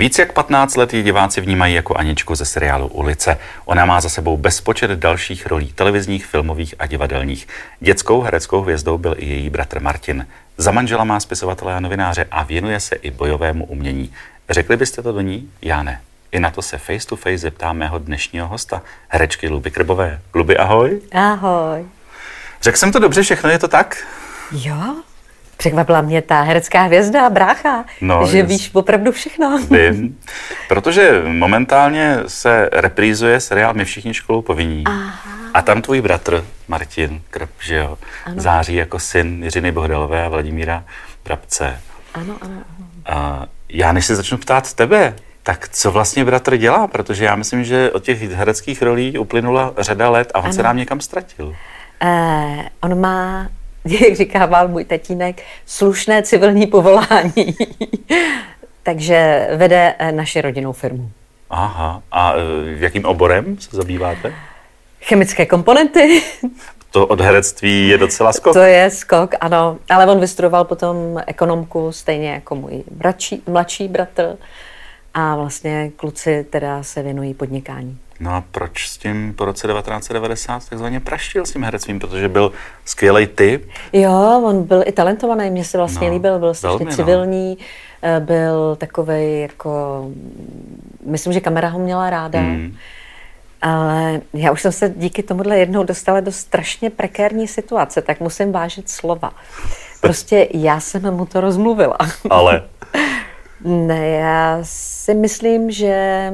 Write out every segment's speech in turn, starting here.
Víc jak 15 let ji diváci vnímají jako Aničku ze seriálu Ulice. Ona má za sebou bezpočet dalších rolí televizních, filmových a divadelních. Dětskou hereckou hvězdou byl i její bratr Martin. Za manžela má spisovatele a novináře a věnuje se i bojovému umění. Řekli byste to do ní? Já ne. I na to se face to face zeptá mého dnešního hosta, herečky Luby Krbové. Luby, ahoj. Ahoj. Řekl jsem to dobře, všechno je to tak? Jo, překvapila mě ta herecká hvězda, brácha, že víš opravdu všechno. Vím, protože momentálně se reprízuje seriál My všichni školou povinní. Aha. A tam tvůj bratr Martin Krb, že jo, září jako syn Jiřiny Bohdalové a Vladimíra Brabce. Ano. A já než se začnu ptát tebe, tak co vlastně bratr dělá? Protože já myslím, že od těch hereckých rolí uplynula řada let a on se nám někam ztratil. On má, jak říkával můj tatínek, slušné civilní povolání. Takže vede naši rodinnou firmu. Aha. A jakým oborem se zabýváte? Chemické komponenty. To od herectví je docela skok. To je skok, ano. Ale on vystudoval potom ekonomku, stejně jako můj mladší bratr. A vlastně kluci teda se věnují podnikání. No a proč s tím po roce 1990 takzvaně praštil s tím herectvím? Protože byl skvělej typ. Jo, on byl i talentovaný, mně se vlastně líbil, byl strašně civilní, byl takovej jako, myslím, že kamera ho měla ráda. Ale já už jsem se díky tomuhle jednou dostala do strašně prekérní situace, tak musím vážit slova. Prostě já jsem mu to rozmluvila. Ale? Ne, já si myslím, že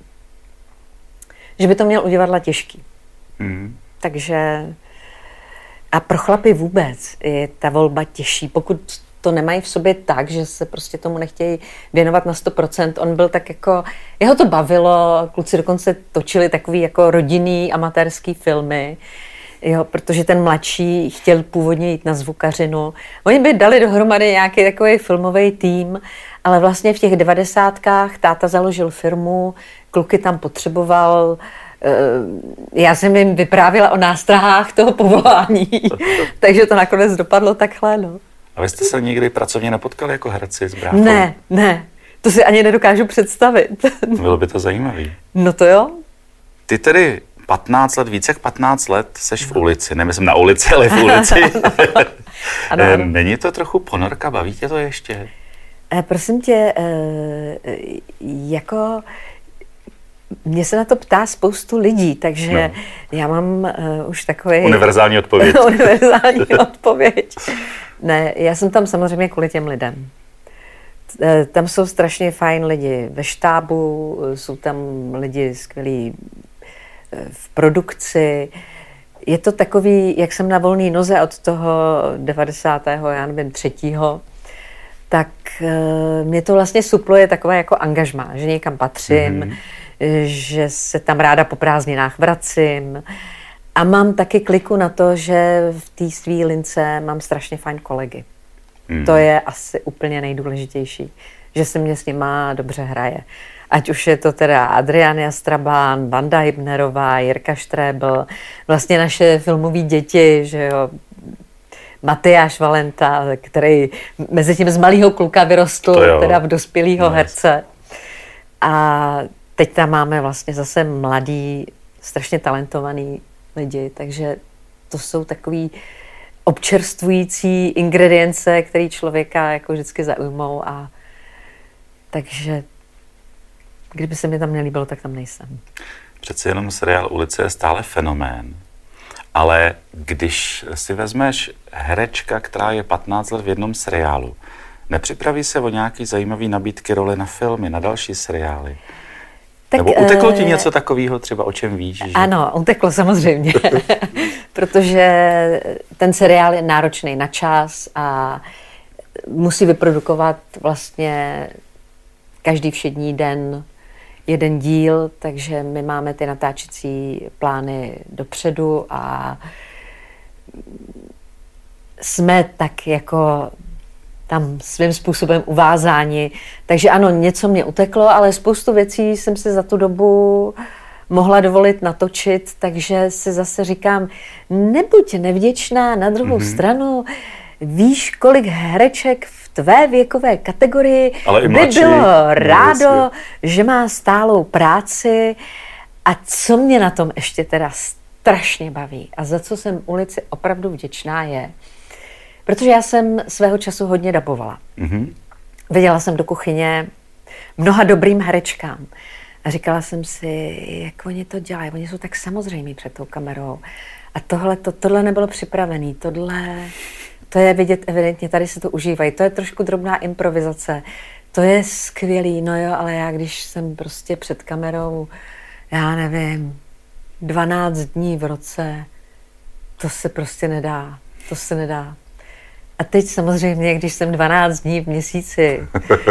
by to měl u divadla těžký. Takže a pro chlapy vůbec je ta volba těžší, pokud to nemají v sobě tak, že se prostě tomu nechtějí věnovat na 100%. On byl tak jako, jeho to bavilo, kluci dokonce točili takový jako rodinný amatérský filmy, jo, protože ten mladší chtěl původně jít na zvukařinu. Oni by dali dohromady nějaký takový filmový tým, ale vlastně v těch 90kách táta založil firmu, kluky tam potřeboval, já jsem jim vyprávěla o nástrahách toho povolání, takže to nakonec dopadlo takhle, no. A vy jste se nikdy pracovně nepotkali jako herci s bráchou? Ne, to si ani nedokážu představit. Bylo by to zajímavý. No to jo. Ty tedy 15 let, více jak 15 let seš v ulici, nemyslím na ulici, ale v ulici. Ano. Není to trochu ponorka, baví tě to ještě? Prosím tě, jako mě se na to ptá spoustu lidí, takže já mám už takový... Univerzální odpověď. Univerzální odpověď. Ne, já jsem tam samozřejmě kvůli těm lidem. Tam jsou strašně fajn lidi ve štábu, jsou tam lidi skvělí v produkci. Je to takový, jak jsem na volné noze od toho 93. tak mě to vlastně supluje takové jako angažmá, že někam patřím, že se tam ráda po prázdninách vracím a mám taky kliku na to, že v té svý lince mám strašně fajn kolegy. To je asi úplně nejdůležitější, že se mě s nima dobře hraje. Ať už je to teda Adrián Jastrabán, Vanda Hybnerová, Jirka Štrébl, vlastně naše filmové děti, že jo, Matyáš Valenta, který mezi tím z malého kluka vyrostl teda v dospělého herce. A teď tam máme vlastně zase mladý, strašně talentovaný lidi, takže to jsou takový občerstvující ingredience, které člověka jako vždycky zaujmou a takže kdyby se mi tam nelíbilo, tak tam nejsem. Přece jenom seriál Ulice je stále fenomén, ale když si vezmeš herečka, která je 15 let v jednom seriálu, nepřipraví se o nějaký zajímavý nabídky role na filmy, na další seriály? Tak, nebo uteklo ti něco takového, třeba o čem víš? Že? Ano, uteklo samozřejmě, protože ten seriál je náročný na čas a musí vyprodukovat vlastně každý všední den jeden díl, takže my máme ty natáčecí plány dopředu a jsme tak jako tam svým způsobem uvázáni. Takže ano, něco mě uteklo, ale spoustu věcí jsem si za tu dobu mohla dovolit natočit, takže si zase říkám, nebuď nevděčná, na druhou stranu víš, kolik hereček v tvé věkové kategorii ale by bylo rádo, že má stálou práci a co mě na tom ještě teda strašně baví a za co jsem ulici opravdu vděčná je, protože já jsem svého času hodně dabovala. Mm-hmm. Viděla jsem do kuchyně mnoha dobrým herečkám a říkala jsem si, jak oni to dělají, oni jsou tak samozřejmí před tou kamerou a tohle nebylo připravené, to je vidět evidentně, tady se to užívají, to je trošku drobná improvizace, to je skvělý, no jo, ale já když jsem prostě před kamerou, já nevím, 12 dní v roce, to se prostě nedá, to se nedá. A teď samozřejmě, když jsem 12 dní v měsíci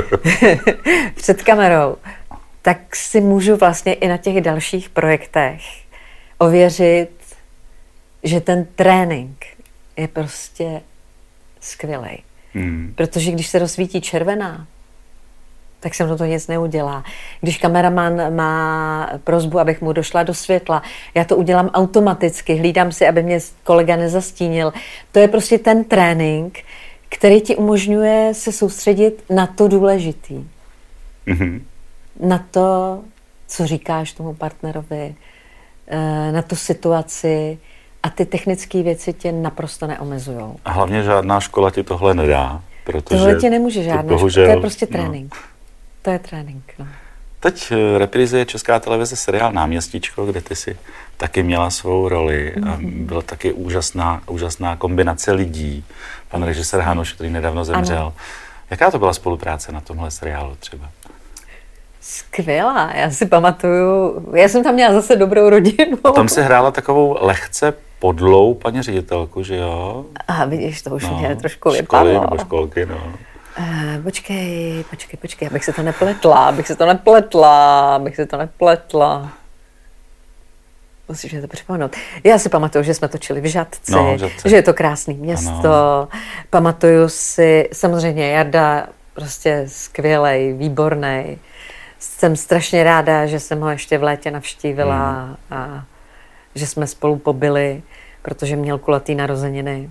před kamerou, tak si můžu vlastně i na těch dalších projektech ověřit, že ten trénink je prostě skvělej. Protože když se rozsvítí červená, tak se mnou to nic neudělá. Když kameraman má prosbu, abych mu došla do světla, já to udělám automaticky, hlídám si, aby mě kolega nezastínil. To je prostě ten trénink, který ti umožňuje se soustředit na to důležitý. Mm-hmm. Na to, co říkáš tomu partnerovi, na tu situaci a ty technické věci tě naprosto neomezujou. A hlavně žádná škola ti tohle nedá, protože... Tohle ti nemůže žádná bohužel, škola, to je prostě trénink. No. To je trénink, no. Teď reprizuje Česká televize seriál Náměstíčko, kde ty si taky měla svou roli. A byla taky úžasná kombinace lidí. Pan režisér Hanuš, který nedávno zemřel. Ano. Jaká to byla spolupráce na tomhle seriálu třeba? Skvělá, já si pamatuju. Já jsem tam měla zase dobrou rodinu. A tam si hrála takovou lehce podlou paní ředitelku, že jo? A vidíš, to už mě trošku vypadlo. Školy nebo školky, no. Počkej, abych se to nepletla. Musíš mě to připomenout. Já si pamatuju, že jsme točili v Žatci, že je to krásné město. Ano. Pamatuju si, samozřejmě Jarda, prostě skvělej, výbornej. Jsem strašně ráda, že jsem ho ještě v létě navštívila a že jsme spolu pobyli, protože měl kulatý narozeniny.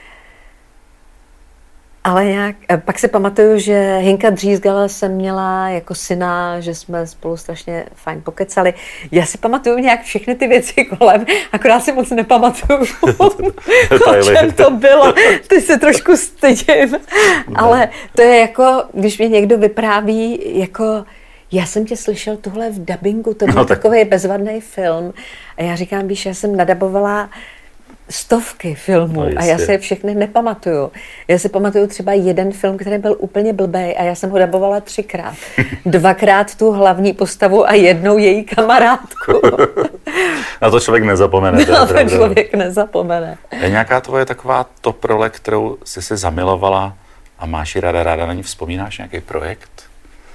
Ale nějak, pak si pamatuju, že Hinka Dřízgala jsem měla jako syna, že jsme spolu strašně fajn pokecali. Já si pamatuju nějak všechny ty věci kolem, akorát si moc nepamatuju, o čem to bylo. Teď se trošku stydím. Ale to je jako, když mě někdo vypráví, jako já jsem tě slyšel tohle v dabingu, to byl takový bezvadný film. A já říkám, víš, já jsem nadabovala stovky filmů a já si je všechny nepamatuju. Já si pamatuju třeba jeden film, který byl úplně blbej a já jsem ho dabovala 3krát. 2krát tu hlavní postavu a jednou její kamarádku. Na to člověk nezapomene. Na to člověk nezapomene. Je nějaká tvoje taková top role, kterou jsi si zamilovala a máš ji ráda na ní, vzpomínáš nějaký projekt?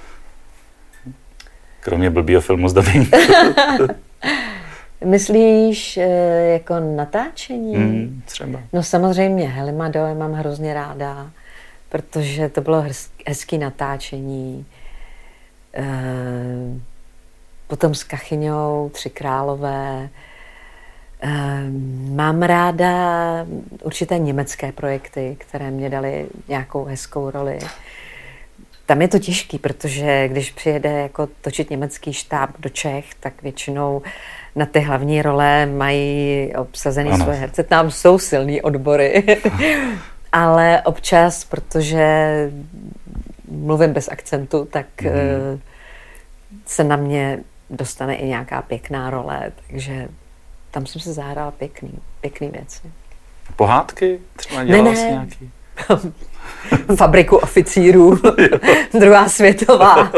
Kromě blbýho filmu s dabingem. Myslíš jako natáčení? Třeba. No samozřejmě, Heli Madové mám hrozně ráda, protože to bylo hezký natáčení. Potom s Kachyňou, 3 králové. Mám ráda určité německé projekty, které mě daly nějakou hezkou roli. Tam je to těžký, protože když přijede jako točit německý štáb do Čech, tak většinou na ty hlavní role mají obsazený svoje herce. Tam jsou silný odbory, ale občas, protože mluvím bez akcentu, tak se na mě dostane i nějaká pěkná role, takže tam jsem se zahrála pěkný věci. Pohádky třeba dělala jsi nějaký? Fabriku oficírů, 2. světová.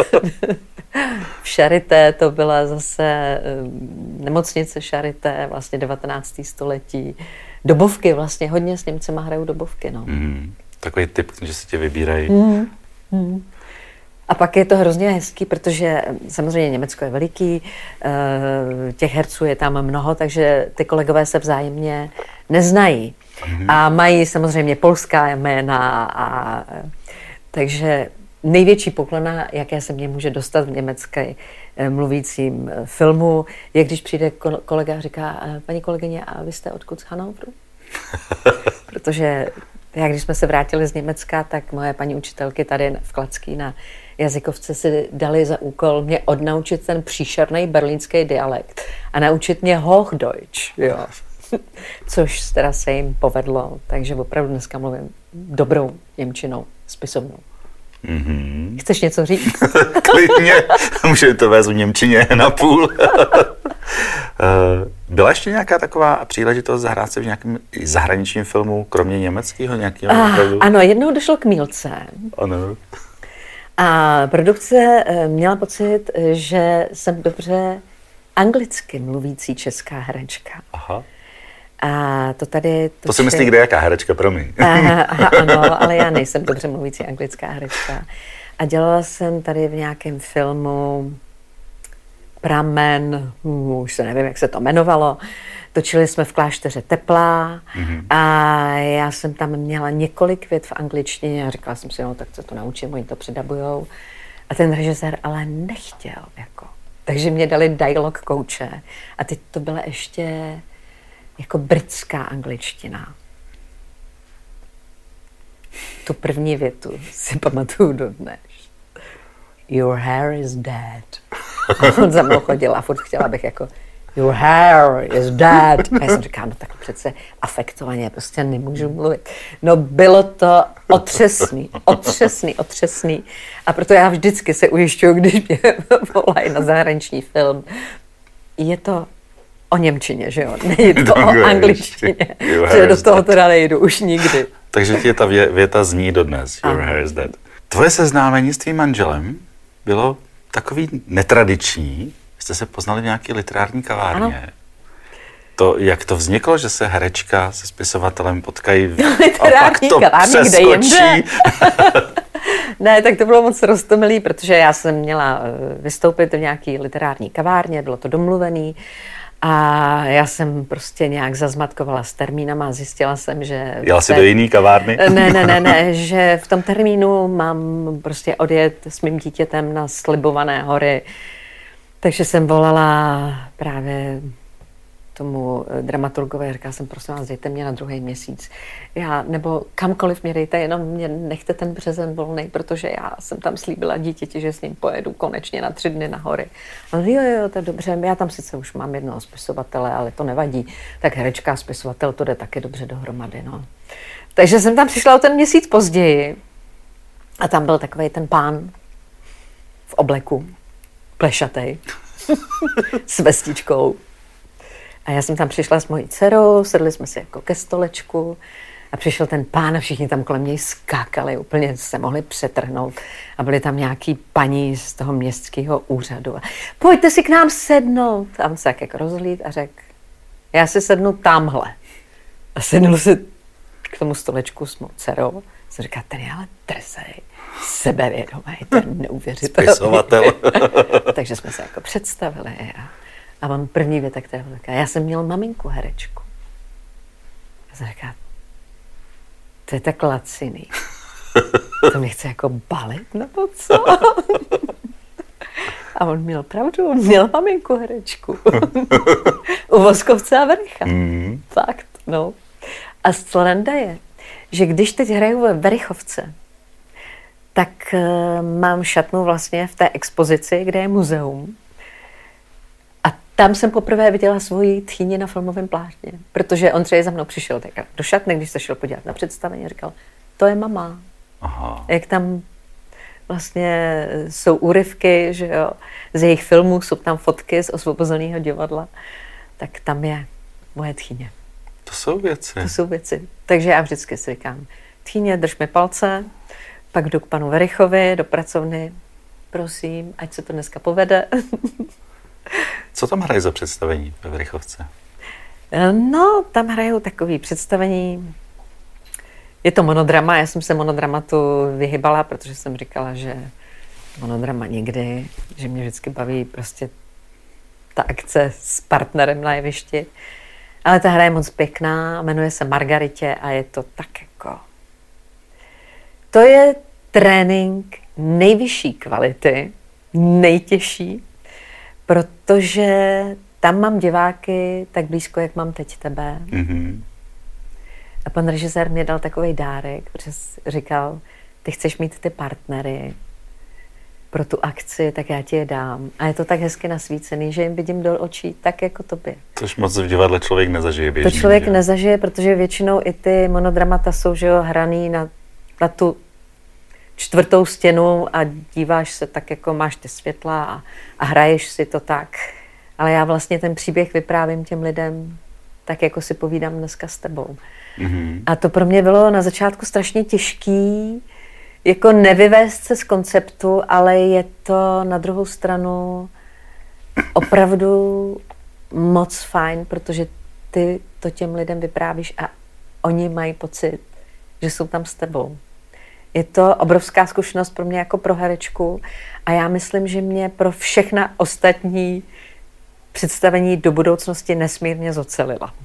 V Charité to byla zase nemocnice Charité, vlastně 19. století. Dobovky vlastně, hodně s Němcema hrajou dobovky. No. Takový typ, že si tě vybírají. A pak je to hrozně hezký, protože samozřejmě Německo je veliký, těch herců je tam mnoho, takže ty kolegové se vzájemně neznají. A mají samozřejmě polská jména, takže největší poklona, jaké se mě může dostat v německé mluvícím filmu, je když přijde kolega a říká, paní kolegyně, a vy jste odkud z Hannoveru? Protože Já když jsme se vrátili z Německa, tak moje paní učitelky tady v Kladský na jazykovce si dali za úkol mě odnaučit ten příšerný berlínský dialekt a naučit mě Hochdeutsch, jo. Což teda se jim povedlo, takže opravdu dneska mluvím dobrou němčinou, spisovnou. Mm-hmm. Chceš něco říct? Klidně, můžeme to vést v němčině na půl. Byla ještě nějaká taková příležitost zahrát se v nějakém zahraničním filmu, kromě německého nějakého? Ano, jednou došlo k mýlce. Ano. A produkce měla pocit, že jsem dobře anglicky mluvící česká herečka. Aha. A to tady... To si myslí, kde jaká herečka, promiň. Ano, ale já nejsem dobře mluvící anglická herečka. A dělala jsem tady v nějakém filmu Pramen, už se nevím, jak se to jmenovalo. Točili jsme v klášteře Teplá a já jsem tam měla několik vět v angličtině a říkala jsem si, no tak se to naučím, oni to předabujou. A ten režisér ale nechtěl, jako. Takže mě dali dialog kouče a teď to byla ještě jako britská angličtina. Tu první větu si pamatuju dodnes. Your hair is dead. A on za mnou chodil a furt chtěla, abych jako your hair is dead. A já jsem říkala, no tak přece afektovaně, prostě nemůžu mluvit. No bylo to otřesný. A proto já vždycky se ujišťuju, když mě volají na zahraniční film. Je to o němčině, že jo? Nejde to o angličtině. Že do toho teda nejdu už nikdy. Takže ti ta věta zní dodnes. Your hair is dead. Tvoje seznámení s tvým manželem bylo takový netradiční. Jste se poznali v nějaké literární kavárně. Ano. To, jak to vzniklo, že se herečka se spisovatelem potkají a pak to přeskočí? Ne, tak to bylo moc roztomilý, protože já jsem měla vystoupit v nějaké literární kavárně, bylo to domluvený. A já jsem prostě nějak zazmatkovala s termínama a zjistila jsem, že... Jela jsi do jiný kavárny? Ne, že v tom termínu mám prostě odjet s mým dítětem na slibované hory. Takže jsem volala právě tomu dramaturgovi, říkala jsem, prosím vás, dejte mě na druhý měsíc. Nebo kamkoliv mě dejte, jenom mě nechte ten březen volnej, protože já jsem tam slíbila dítěti, že s ním pojedu konečně na 3 dny na hory. A jo, to je dobře, já tam sice už mám jednoho spisovatele, ale to nevadí. Tak herečka a spisovatel, to jde taky dobře dohromady, no. Takže jsem tam přišla o ten měsíc později a tam byl takovej ten pán v obleku, plešatej, s vestičkou. A já jsem tam přišla s mojí dcerou, sedli jsme si jako ke stolečku a přišel ten pán a všichni tam kolem něj skákali, úplně se mohli přetrhnout. A byly tam nějaký paní z toho městského úřadu. A pojďte si k nám sednout. A on se tak jako rozhlíd a řekl, já si sednu tamhle. A sednul si k tomu stolečku s mou dcerou. Jsem říkala, ten je ale drzej, sebevědomý, to je neuvěřitelný. Spisovatel. Takže jsme se jako představili a on první věta, která byla taková, já jsem měl maminku herečku. A jsem říkala, to je tak laciný. To mě chce jako balit, nebo co? A on měl pravdu, on měl maminku herečku. U Voskovce a Vericha. Fakt, no. A sranda je, že když teď hraju ve Verichovce, tak mám šatnu vlastně v té expozici, kde je muzeum. A tam jsem poprvé viděla svoji tchýni na filmovém plátně, protože on třeba za mnou přišel do šatny, když se šel podívat na představení, říkal, to je mama. Aha. Jak tam vlastně jsou úryvky, že jo, z jejich filmů, jsou tam fotky z Osvobozeného divadla, tak tam je moje tchýně. To jsou věci. To jsou věci. Takže já vždycky si říkám, tchýně, drž mi palce, pak jdu k panu Verichovi do pracovny, prosím, ať se to dneska povede. Co tam hrají za představení ve Verichovce? No, tam hrajou takové představení. Je to monodrama, já jsem se monodramatu vyhybala, protože jsem říkala, že monodrama nikdy, že mě vždycky baví prostě ta akce s partnerem na jevišti. Ale ta hra je moc pěkná, jmenuje se Margaritě a je to tak jako... To je trénink nejvyšší kvality, nejtěžší, protože tam mám diváky tak blízko, jak mám teď tebe. Mm-hmm. A pan režisér mě dal takový dárek, protože říkal, ty chceš mít ty partnery pro tu akci, tak já ti je dám. A je to tak hezky nasvícený, že jim vidím do očí, tak jako tobě. Což moc v divadle člověk nezažije běžně. To člověk že? nezažije, protože většinou i ty monodramata jsou, že jo, hraný na tu čtvrtou stěnu a díváš se tak, jako máš ty světla a hraješ si to tak. Ale já vlastně ten příběh vyprávím těm lidem tak, jako si povídám dneska s tebou. Mm-hmm. A to pro mě bylo na začátku strašně těžký, jako nevyvést se z konceptu, ale je to na druhou stranu opravdu moc fajn, protože ty to těm lidem vyprávíš a oni mají pocit, že jsou tam s tebou. Je to obrovská zkušenost pro mě jako pro herečku a já myslím, že mě pro všechna ostatní představení do budoucnosti nesmírně zocelila.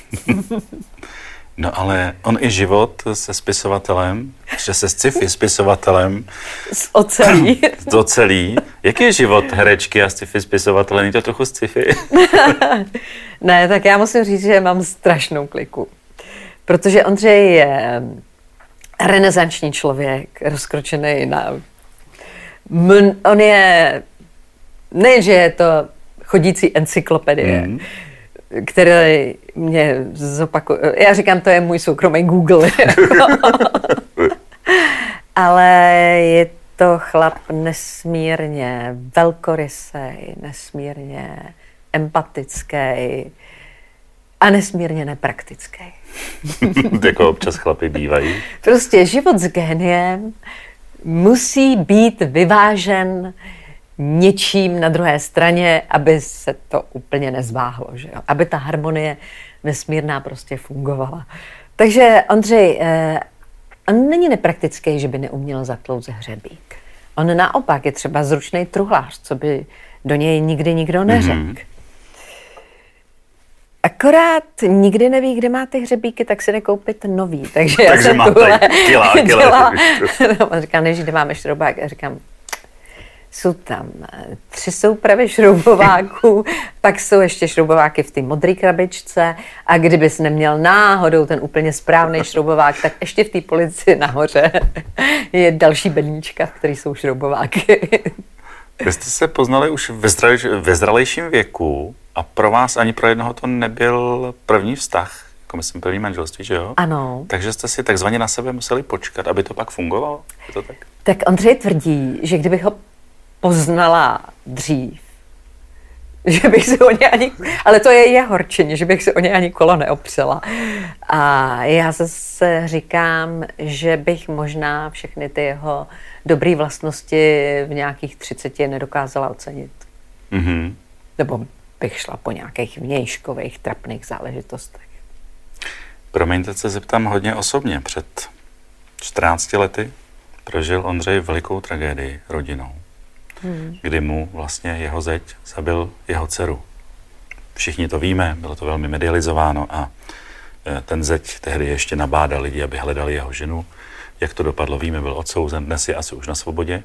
No ale on i život se spisovatelem, že se sci-fi spisovatelem Z ocelí. z ocelí. Jaký je život herečky a sci-fi spisovatelem? Je to trochu sci-fi? Ne, tak já musím říct, že mám strašnou kliku. Protože Ondřej je renesanční člověk, rozkročený na... On je... Nejenže je to chodící encyklopedie, které mě zopakuje. Já říkám, to je můj soukromý Google. Ale je to chlap nesmírně velkorysej, nesmírně empatický a nesmírně nepraktický. Jako občas chlapi bývají. Prostě život s géniem musí být vyvážen něčím na druhé straně, aby se to úplně nezváhlo, že jo? Aby ta harmonie vesmírná prostě fungovala. Takže Ondřej, on není nepraktický, že by neuměl zatlouct hřebík. On naopak je třeba zručný truhlář, co by do něj nikdy nikdo neřekl. Akorát nikdy neví, kde má ty hřebíky, tak si nekoupit nový. Takže já jsem tuhle dělala. On říká, než kde máme šroubák. Já říkám, jsou tam 3 soupravy šroubováků, pak jsou ještě šroubováky v té modré krabičce a kdybys neměl náhodou ten úplně správný šroubovák, tak ještě v té polici nahoře je další bedníčka, v které jsou šroubováky. Vy jste se poznali už ve zralejším věku a pro vás ani pro jednoho to nebyl první vztah, jako myslím první manželství, že jo? Ano. Takže jste si takzvaně na sebe museli počkat, aby to pak fungovalo? Je to tak? Tak Ondřej tvrdí, že kdybych ho poznala dřív, že bych se o ně ani, ale to je horčení, že bych se o ně ani kolo neopřela. A já zase říkám, že bych možná všechny ty jeho dobré vlastnosti v nějakých 30 nedokázala ocenit. Mm-hmm. Nebo bych šla po nějakých vnějškových trapných záležitostech. Promiňte, se zeptám hodně osobně. Před 14 lety prožil Ondřej velikou tragédii rodinou. Kdy mu vlastně jeho zeď zabil jeho dceru. Všichni to víme, bylo to velmi medializováno a ten zeď tehdy ještě nabádal lidi, aby hledali jeho ženu. Jak to dopadlo, víme, byl odsouzen, dnes je asi už na svobodě.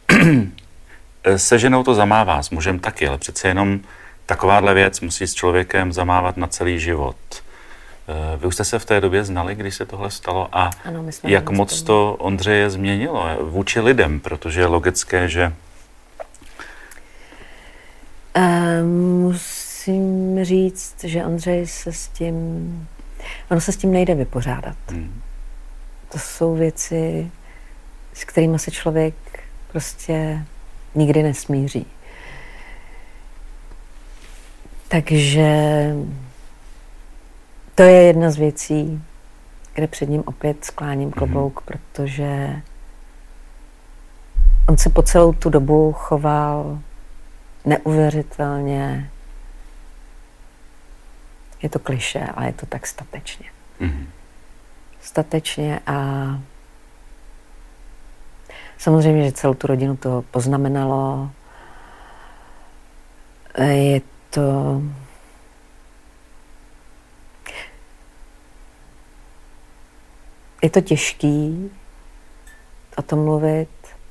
Se ženou to zamává, s mužem taky, ale přece jenom takováhle věc musí s člověkem zamávat na celý život. Vy už jste se v té době znali, když se tohle stalo a ano, jak moc to Ondřeje změnilo vůči lidem, protože je logické, že musím říct, že Ondřej se s tím nejde vypořádat. To jsou věci, s kterými se člověk prostě nikdy nesmíří. Takže to je jedna z věcí, kde před ním opět skláním klobouk, protože on se po celou tu dobu choval neuvěřitelně, je to klišé, ale je to tak statečně. Statečně a samozřejmě, že celou tu rodinu to poznamenalo. Je to těžký o tom mluvit.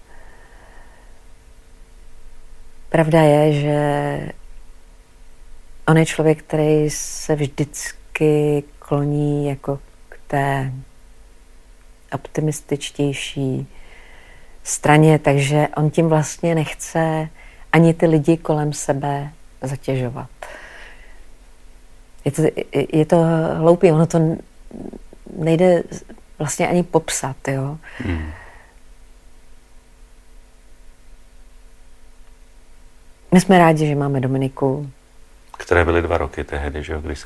Pravda je, že on je člověk, který se vždycky kloní jako k té optimističtější straně, takže on tím vlastně nechce ani ty lidi kolem sebe zatěžovat. Je to hloupý, ono to nejde vlastně ani popsat, jo. My jsme rádi, že máme Dominiku. Které byly 2 roky tehdy, že jo, když se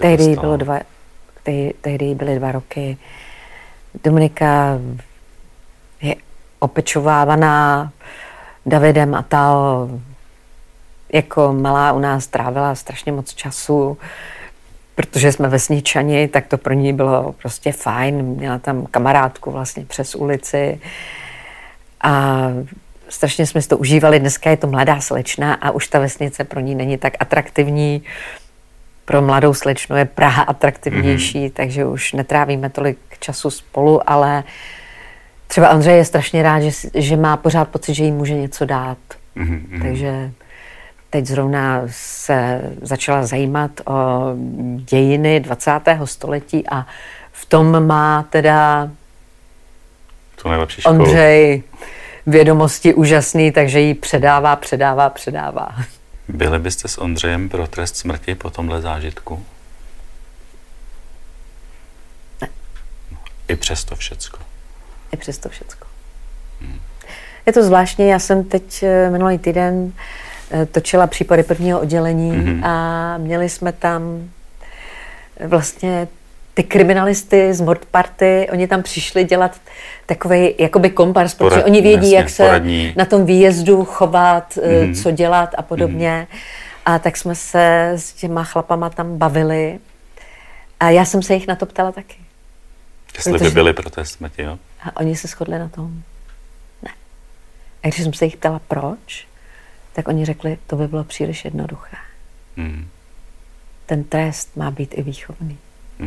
tehdy byly 2 roky. Dominika je opečovávaná Davidem a Tao. Jako malá u nás trávila strašně moc času, protože jsme vesničani, tak to pro ní bylo prostě fajn. Měla tam kamarádku vlastně přes ulici a strašně jsme si to užívali. Dneska je to mladá slečna a už ta vesnice pro ní není tak atraktivní. Pro mladou slečnu je Praha atraktivnější, takže už netrávíme tolik času spolu, ale třeba Ondřej je strašně rád, že má pořád pocit, že jí může něco dát. Takže teď zrovna se začala zajímat o dějiny 20. století a v tom má teda Ondřej vědomosti úžasný, takže jí předává. Byli byste s Ondřejem pro trest smrti po tomhle zážitku? Ne. I přesto všecko? I přesto všecko. Je to zvláštní, já jsem teď minulý týden točila případy prvního oddělení a měli jsme tam vlastně ty kriminalisty z Mordparty, oni tam přišli dělat takovej jakoby kompars, protože oni vědí, jak se poradní na tom výjezdu chovat, co dělat a podobně. A tak jsme se s těma chlapama tam bavili a já jsem se jich na to ptala taky. Jestli by byli pro trest smrti, jo? A oni se shodli na tom. Ne. A když jsem se jich ptala, proč, tak oni řekli, to by bylo příliš jednoduché. Ten trest má být i výchovný.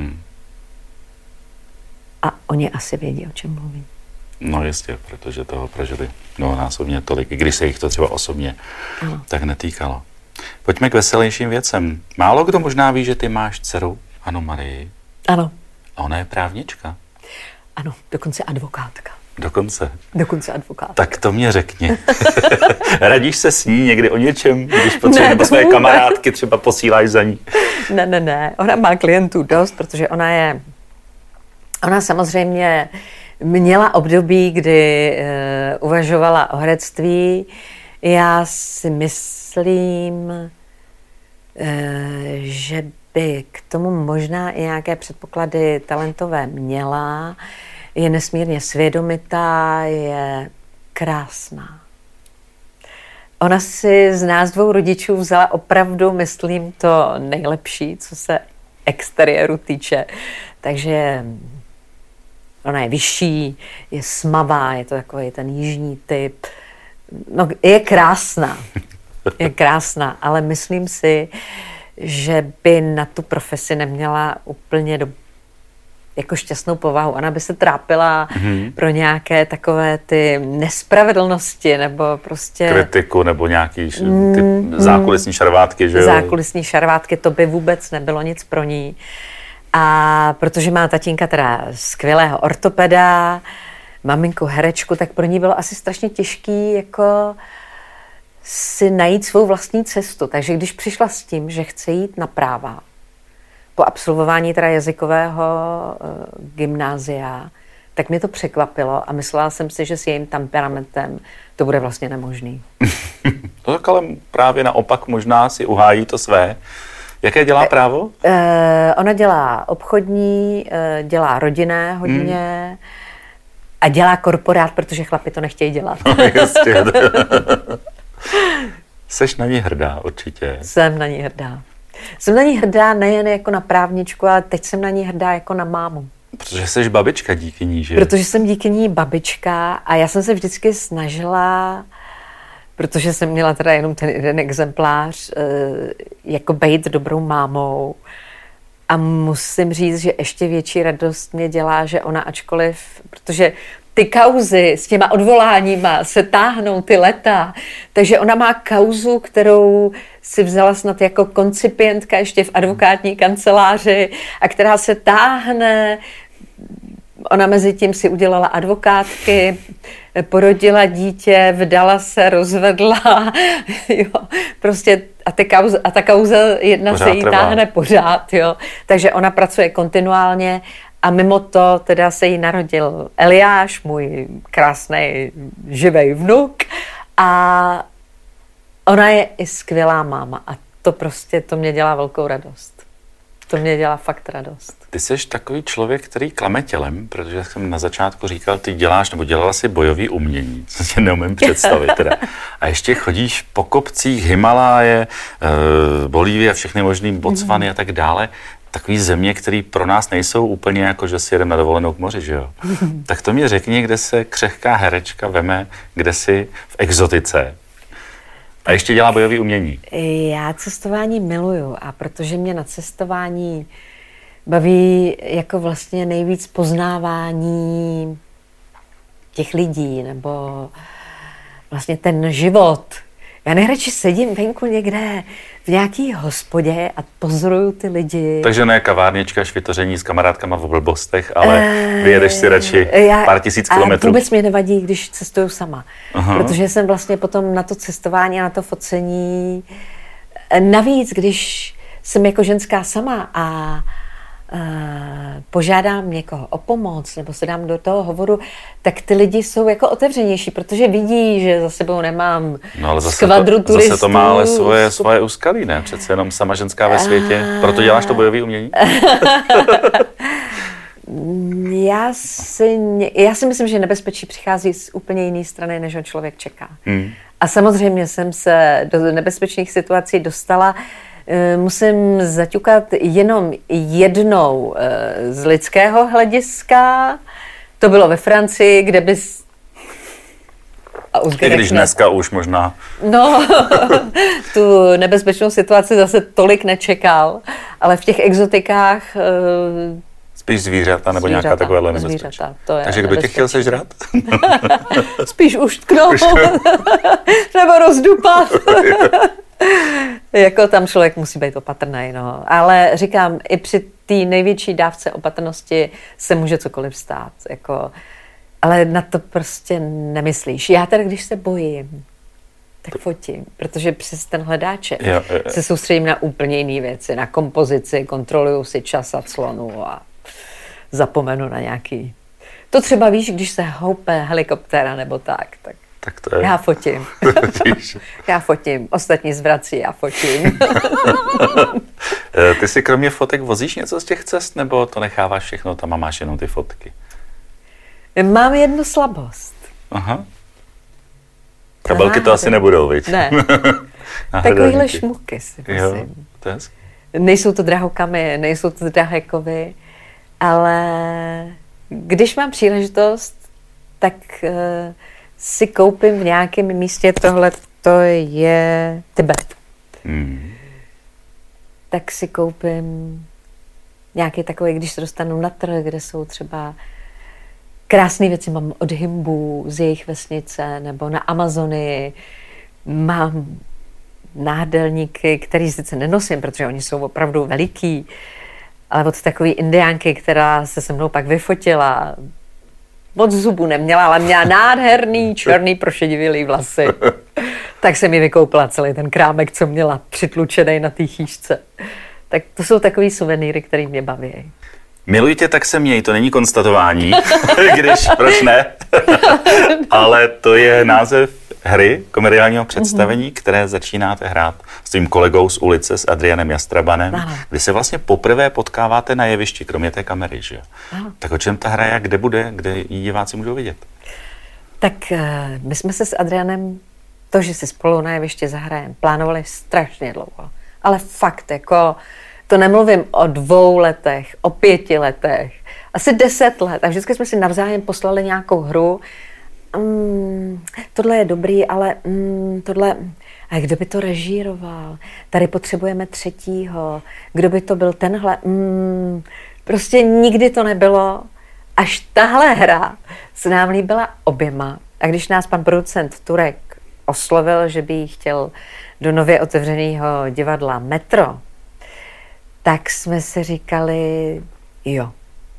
A oni asi vědí, o čem mluví. No jistě, protože toho prožili mnohonásobně tolik, i když se jich to třeba osobně tak netýkalo. Pojďme k veselějším věcem. Málo kdo možná ví, že ty máš dceru, Annu Marii. Ano. A ona je právnička. Ano, dokonce advokátka. Dokonce advokátka. Tak to mě řekni. Radíš se s ní někdy o něčem, když potřebuješ, nebo své kamarádky třeba posíláš za ní? Ne. Ona má klientů dost, protože ona samozřejmě měla období, kdy uvažovala o herectví. Já si myslím, že by k tomu možná i nějaké předpoklady talentové měla. Je nesmírně svědomitá, je krásná. Ona si z nás 2 rodičů vzala opravdu, myslím, to nejlepší, co se exteriéru týče. Takže ona je vyšší, je smavá, je to takový ten jižní typ. No, je krásná, ale myslím si, že by na tu profesi neměla úplně jako šťastnou povahu. Ona by se trápila pro nějaké takové ty nespravedlnosti, nebo prostě kritiku, nebo nějaký ty zákulisní šarvátky, že jo? Zákulisní šarvátky, to by vůbec nebylo nic pro ní. A protože má tatínka teda skvělého ortopeda, maminku herečku, tak pro ní bylo asi strašně těžký jako si najít svou vlastní cestu. Takže když přišla s tím, že chce jít na práva, po absolvování teda jazykového gymnázia, tak mě to překvapilo a myslela jsem si, že s jejím temperamentem to bude vlastně nemožný. To tak ale právě naopak možná si uhájí to své. Jaké dělá právo? Ona dělá obchodní, dělá rodinné hodně a dělá korporát, protože chlapi to nechtějí dělat. No, jistě. Seš na ní hrdá, určitě. Jsem na ní hrdá. Jsem na ní hrdá nejen jako na právničku, ale teď jsem na ní hrdá jako na mámu. Protože jsi babička díky ní, že? Protože jsem díky ní babička a já jsem se vždycky snažila, protože jsem měla teda jenom ten jeden exemplář, jako být dobrou mámou. A musím říct, že ještě větší radost mě dělá, že ona ačkoliv, protože ty kauzy s těma odvoláníma se táhnou ty leta, takže ona má kauzu, kterou si vzala snad jako koncipientka ještě v advokátní kanceláři a která se táhne Ona mezi tím si udělala advokátky, porodila dítě, vdala se, rozvedla, jo, prostě a ta kauza jedna pořád se jí trvá. táhne pořád, jo. Takže ona pracuje kontinuálně a mimo to teda se jí narodil Eliáš, můj krásný živej vnuk, a ona je i skvělá máma a to mě dělá velkou radost. To mě dělá fakt radost. Ty jsi takový člověk, který klame tělem, protože jsem na začátku říkal, ty děláš nebo dělala si bojový umění, co si neumím představit teda. A ještě chodíš po kopcích Himaláje, Bolívie, všechny možný Botswany a tak dále. Takový země, které pro nás nejsou úplně jako, že si jedeme na dovolenou k moři, že jo? Tak to mi řekni, kde se křehká herečka veme, kde si v exotice. A ještě dělá bojový umění. Já cestování miluju a protože mě na cestování baví jako vlastně nejvíc poznávání těch lidí nebo vlastně ten život. Já nejradši sedím venku někde v nějaký hospodě a pozoruju ty lidi. Takže ne kavárnička, švitoření s kamarádkama v blbostech, ale vyjedeš si radši pár tisíc kilometrů. A vůbec mě nevadí, když cestuju sama. Aha. Protože jsem vlastně potom na to cestování a na to focení. Navíc, když jsem jako ženská sama a požádám někoho o pomoc nebo se dám do toho hovoru, tak ty lidi jsou jako otevřenější, protože vidí, že za sebou nemám skvadru turistů. Zase to má ale svoje úskalí, ne? Přece jenom sama ženská ve světě. Proto děláš to bojové umění? Já si myslím, že nebezpečí přichází z úplně jiné strany, než ho člověk čeká. A samozřejmě jsem se do nebezpečných situací dostala. Musím zaťukat jenom jednou z lidského hlediska. To bylo ve Francii, kde bys... I když dneska už možná... No, tu nebezpečnou situaci zase tolik nečekal, ale v těch exotikách... Spíš zvířata nebo nějaká takovéhle nebezpečí. Takže kdo tě chtěl sežrat? Spíš uštknout nebo rozdupat. Jako tam člověk musí být opatrný, no. Ale říkám, i při té největší dávce opatrnosti se může cokoliv stát. Jako, ale na to prostě nemyslíš. Já teda, když se bojím, tak fotím, protože přes ten hledáček se soustředím na úplně jiné věci, na kompozici, kontroluju si čas a clonu a zapomenu na nějaký... To třeba víš, když se houpe helikoptéra nebo tak to je... Já fotím. Já fotím. Ostatní zvrací, já fotím. Ty si kromě fotek vozíš něco z těch cest, nebo to necháváš všechno tam a máš jenom ty fotky? Mám jednu slabost. Aha. Kabelky to asi nebudou, viď? Ne. Takovýhle šmuky si myslím. To je... Nejsou to drahokamy, nejsou to drahé kovy, ale když mám příležitost, tak... si koupím v nějakém místě, tohle to je Tibet. Tak si koupím nějaký takový, když se dostanu na trh, kde jsou třeba krásné věci, mám od Himbů z jejich vesnice, nebo na Amazonii mám nádelníky, který sice nenosím, protože oni jsou opravdu veliký, ale od takové indiánky, která se se mnou pak vyfotila, moc zubů neměla, ale měla nádherný černý prošedivělý vlasy. Tak jsem mi vykoupila celý ten krámek, co měla přitlučený na té chýšce. Tak to jsou takový suvenýry, které mě baví. Miluji tě, tak se měj, to není konstatování, když, proč ne? Ale to je název hry, komediálního představení, které začínáte hrát s tvým kolegou z ulice, s Adrianem Jastrabanem. Vy se vlastně poprvé potkáváte na jevišti, kromě té kamery, že jo? Tak o čem ta hra je, kde bude, kde ji diváci můžou vidět? Tak my jsme se s Adrianem, to, že si spolu na jevišti zahrajeme, plánovali strašně dlouho. Ale fakt, jako, to nemluvím o 2 letech, o 5 letech, asi 10 let. A vždycky jsme si navzájem poslali nějakou hru. Tohle je dobrý, ale tohle... A kdo by to režíroval? Tady potřebujeme 3. Kdo by to byl tenhle? Prostě nikdy to nebylo. Až tahle hra se nám líbila oběma. A když nás pan producent Turek oslovil, že by ji chtěl do nově otevřeného divadla Metro, tak jsme si říkali, jo,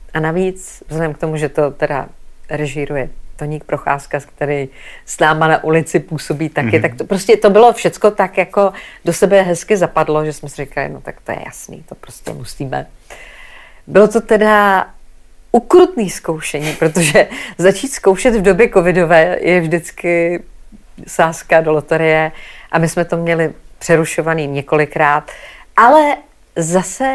A navíc, vzhledem k tomu, že to teda režíruje Toník Procházka, který s náma na ulici působí taky, tak to prostě to bylo všecko tak jako do sebe hezky zapadlo, že jsme si říkali, no tak to je jasný, to prostě musíme. Bylo to teda ukrutný zkoušení, protože začít zkoušet v době covidové je vždycky sázka do loterie a my jsme to měli přerušovaný několikrát, ale zase,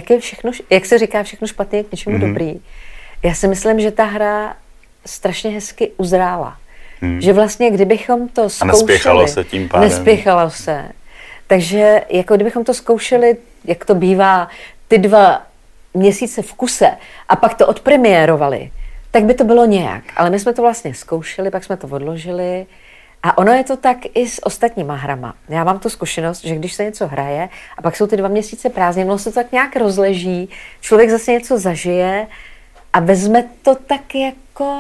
jak se říká, všechno špatně je k něčemu dobrý. Já si myslím, že ta hra strašně hezky uzrála. Že vlastně, kdybychom to zkoušeli... A nespěchalo se tím pádem. Nespěchalo se. Takže jako kdybychom to zkoušeli, jak to bývá, ty 2 měsíce v kuse a pak to odpremiérovali, tak by to bylo nějak. Ale my jsme to vlastně zkoušeli, pak jsme to odložili a ono je to tak i s ostatníma hrama. Já mám tu zkušenost, že když se něco hraje a pak jsou ty 2 měsíce prázdnin, ono se to tak nějak rozleží, člověk zase něco zažije a vezme to tak jako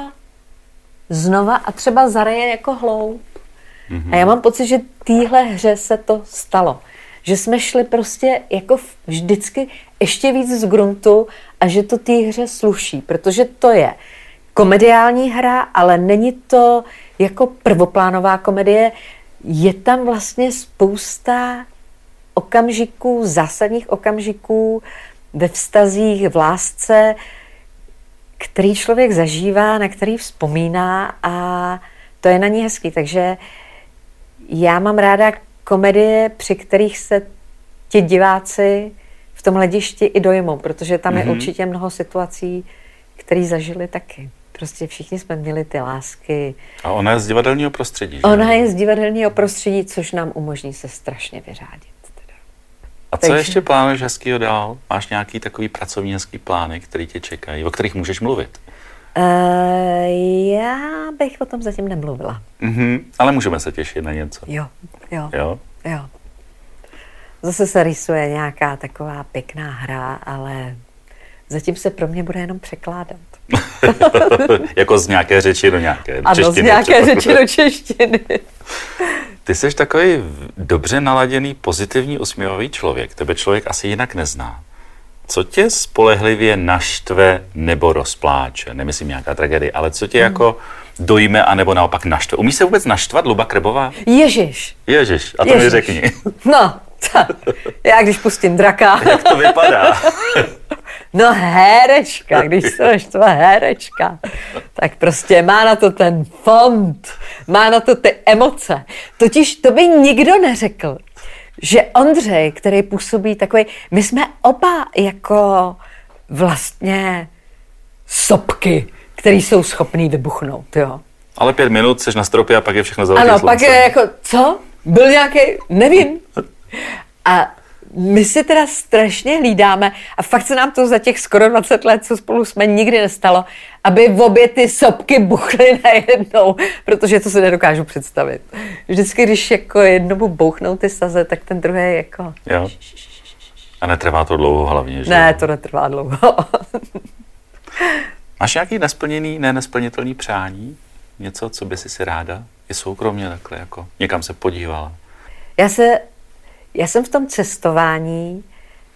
znova a třeba zaraje jako hloub. A já mám pocit, že téhle hře se to stalo. Že jsme šli prostě jako vždycky ještě víc z gruntu a že to té hře sluší, protože to je komediální hra, ale není to jako prvoplánová komedie. Je tam vlastně spousta okamžiků, zásadních okamžiků ve vztazích, v lásce, který člověk zažívá, na který vzpomíná a to je na ní hezký. Takže já mám ráda komedie, při kterých se ti diváci v tom hledišti i dojmou, protože tam je určitě mnoho situací, které zažili taky. Prostě všichni jsme měli ty lásky. A ona je z divadelního prostředí, že? Ona je z divadelního prostředí, což nám umožní se strašně vyřádit. Teda. A co ještě plánuješ hezkýho dál? Máš nějaký takový pracovní hezký plány, který tě čekají, o kterých můžeš mluvit? Já bych o tom zatím nemluvila. Ale můžeme se těšit na něco. Jo. Zase se rýsuje nějaká taková pěkná hra, ale zatím se pro mě bude jenom překládat. Jako z nějaké řeči do nějaké češtiny. Ano, z nějaké řeči do češtiny. Ty jsi takový dobře naladěný, pozitivní, usměvavý člověk. Tebe člověk asi jinak nezná. Co tě spolehlivě naštve nebo rozpláče? Nemyslím nějaká tragédie, ale co tě jako dojme anebo naopak naštve? Umíš se vůbec naštvat, Luba Krebová? Ježiš, a to mi řekni. No, já když pustím draka. Jak to vypadá? No herečka, když se naštve herečka, tak prostě má na to ten fond, má na to ty emoce. Totiž to by nikdo neřekl, že Ondřej, který působí takový, my jsme oba jako vlastně sopky, který jsou schopný vybuchnout, jo. Ale 5 minut seš na stropě a pak je všechno zelený slunce. Ano, pak je jako, co? Byl nějaký, nevím. A my si teda strašně hlídáme a fakt se nám to za těch skoro 20 let, co spolu jsme, nikdy nestalo, aby obě ty sopky buchly najednou, protože to si nedokážu představit. Vždycky, když jako jednomu bouchnou ty saze, tak ten druhý jako... Jo. A netrvá to dlouho hlavně, že? Ne, to netrvá dlouho. Máš nějaký nesplnitelný přání? Něco, co by si ráda i soukromně takhle jako někam se podívala? Já jsem v tom cestování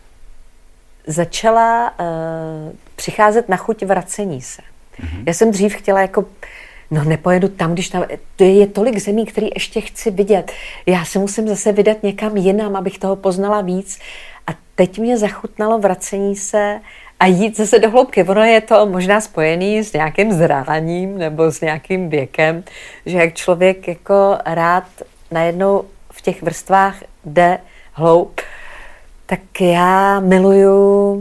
začala přicházet na chuť vracení se. Já jsem dřív chtěla jako, no nepojedu tam, když tam, je tolik zemí, které ještě chci vidět. Já se musím zase vydat někam jinam, abych toho poznala víc. A teď mě zachutnalo vracení se a jít zase do hloubky. Ono je to možná spojený s nějakým zráním nebo s nějakým věkem, že jak člověk jako rád najednou v těch vrstvách jde hloub, tak já miluju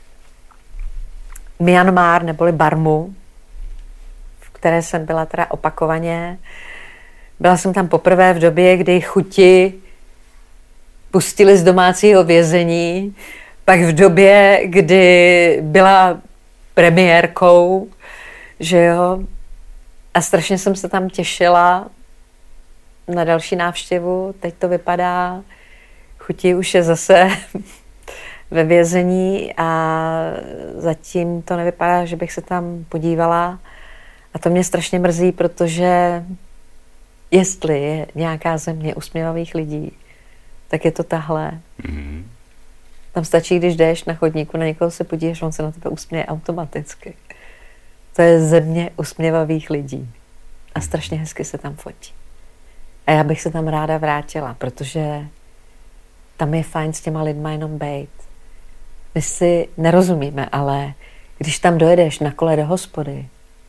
Myanmar neboli Barmu, v které jsem byla teda opakovaně. Byla jsem tam poprvé v době, kdy Chuti pustili z domácího vězení, pak v době, kdy byla premiérkou, že jo, a strašně jsem se tam těšila na další návštěvu. Teď to vypadá, Chuti už je zase ve vězení a zatím to nevypadá, že bych se tam podívala. A to mě strašně mrzí, protože jestli je nějaká země usměvavých lidí, tak je to tahle. Tam stačí, když jdeš na chodníku, na někoho se podíváš, on se na tebe usměje automaticky. To je země usměvavých lidí. A strašně hezky se tam fotí. A já bych se tam ráda vrátila, protože tam je fajn s těma lidma jenom bejt. My si nerozumíme, ale když tam dojedeš na kole do hospody,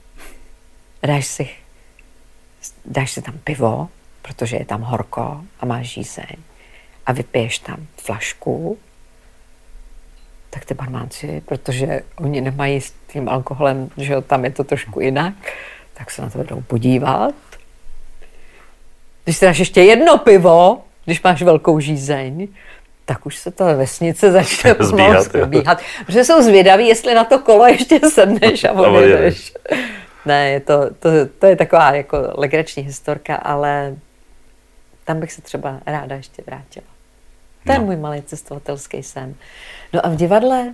dáš si tam pivo, protože je tam horko a máš žízeň a vypiješ tam flašku, tak ty barmánci, protože oni nemají s tím alkoholem, že jo, tam je to trošku jinak, tak se na to jdou podívat. Když si dáš ještě jedno pivo, když máš velkou žízeň, tak už se ta vesnice začne zbíhat. Protože jsou zvědaví, jestli na to kolo ještě sedneš a odjedeš. Ne, to je taková jako legrační historka, ale tam bych se třeba ráda ještě vrátila. To je můj malý cestovatelský sen. No a v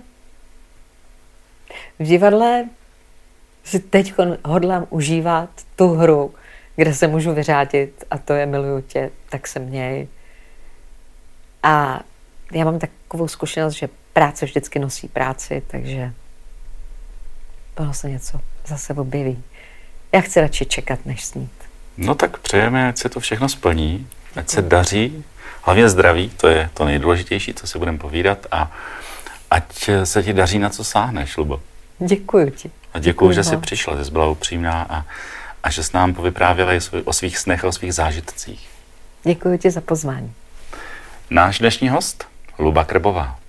divadle si teď hodlám užívat tu hru, kde se můžu vyřádit a to je Miluju tě, tak se měj. A já mám takovou zkušenost, že práce vždycky nosí práci, takže ono se něco zase objeví. Já chci radši čekat, než snít. No tak přejeme, ať se to všechno splní, ať se daří, hlavně zdraví, to je to nejdůležitější, co si budeme povídat a ať se ti daří, na co sáhneš, Lubo. Děkuju ti. A děkuju, že jsi přišla, že jsi byla upřímná a že jsi nám povyprávěla o svých snech a o svých zážitcích. Děkuju ti za pozvání. Náš dnešní host, Luba Krbová.